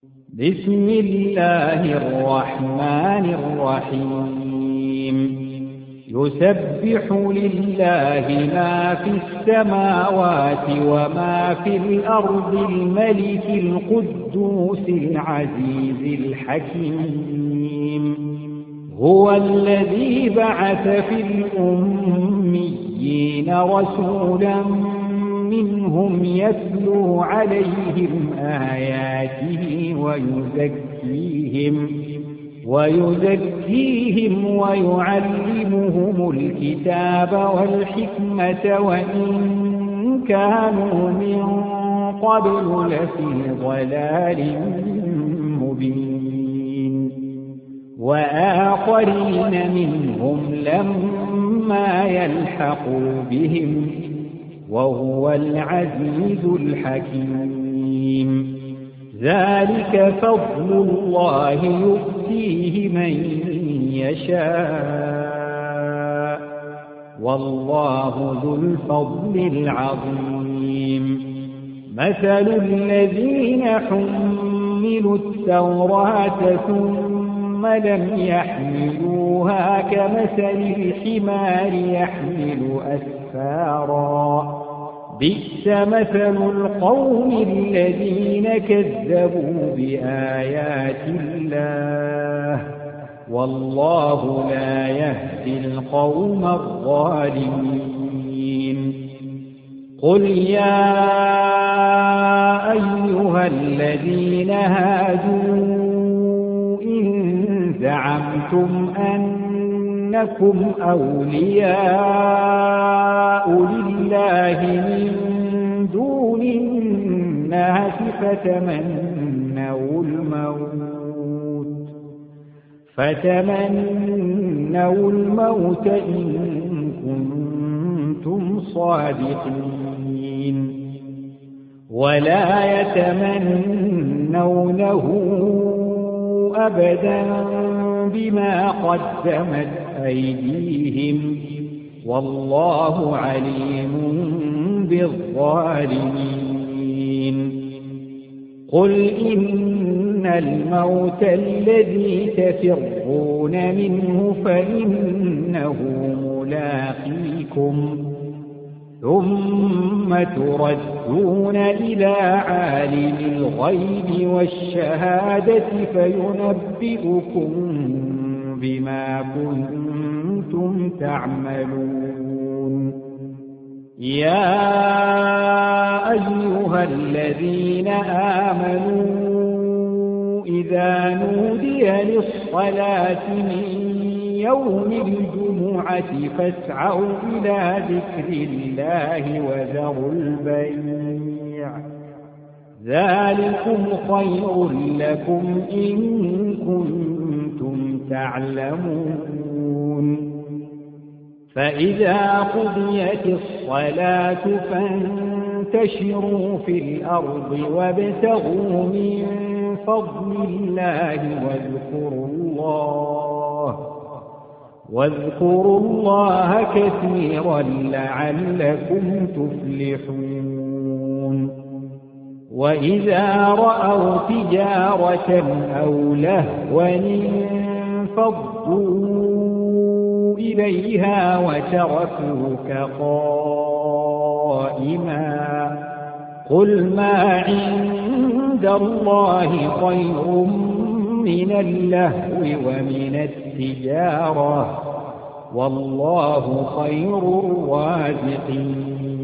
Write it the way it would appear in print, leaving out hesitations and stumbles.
بسم الله الرحمن الرحيم يسبح لله ما في السماوات وما في الأرض الملك القدوس العزيز الحكيم هو الذي بعث في الأميين رسولا منهم يتلو عليهم آياته ويزكيهم ويعلمهم الكتاب والحكمة وإن كانوا من قبل لفي ضلال مبين وآخرين منهم لما يلحقوا بهم وهو العزيز الحكيم ذلك فضل الله يؤتيه من يشاء والله ذو الفضل العظيم مثل الذين حملوا التوراة ثم لم يحملوها كمثل الحمار يحمل أسفارا بئس مثل القوم الذين كذبوا بآيات الله والله لا يهدي القوم الظالمين قل يا أيها الذين هادوا إن زعمتم أنكم أولياء لله من دون الناس فتمنوا الموت إن كنتم صادقين ولا يتمنونه أبدا بما قدمت أيديهم والله عليم بالظالمين قل إن الموت الذي تفرون منه فإنه ملاقيكم ثم تردون إلى عالم الغيب والشهادة فينبئكم بما كنتم تعملون يا أيها الذين آمنوا إذا نودي للصلاة من يوم الجمعة فاسعوا إلى ذكر الله وذروا البيع ذلكم خير لكم إن كنتم تعلمون فإذا قضيت الصلاة فانتشروا في الأرض وابتغوا من فضل الله واذكروا الله كثيرا لعلكم تفلحون وإذا رأوا تجارة أو لهوا انفضوا إليها وتركوك قائما قل ما عند الله خير من اللهو ومن التجارة والله خير الرازقين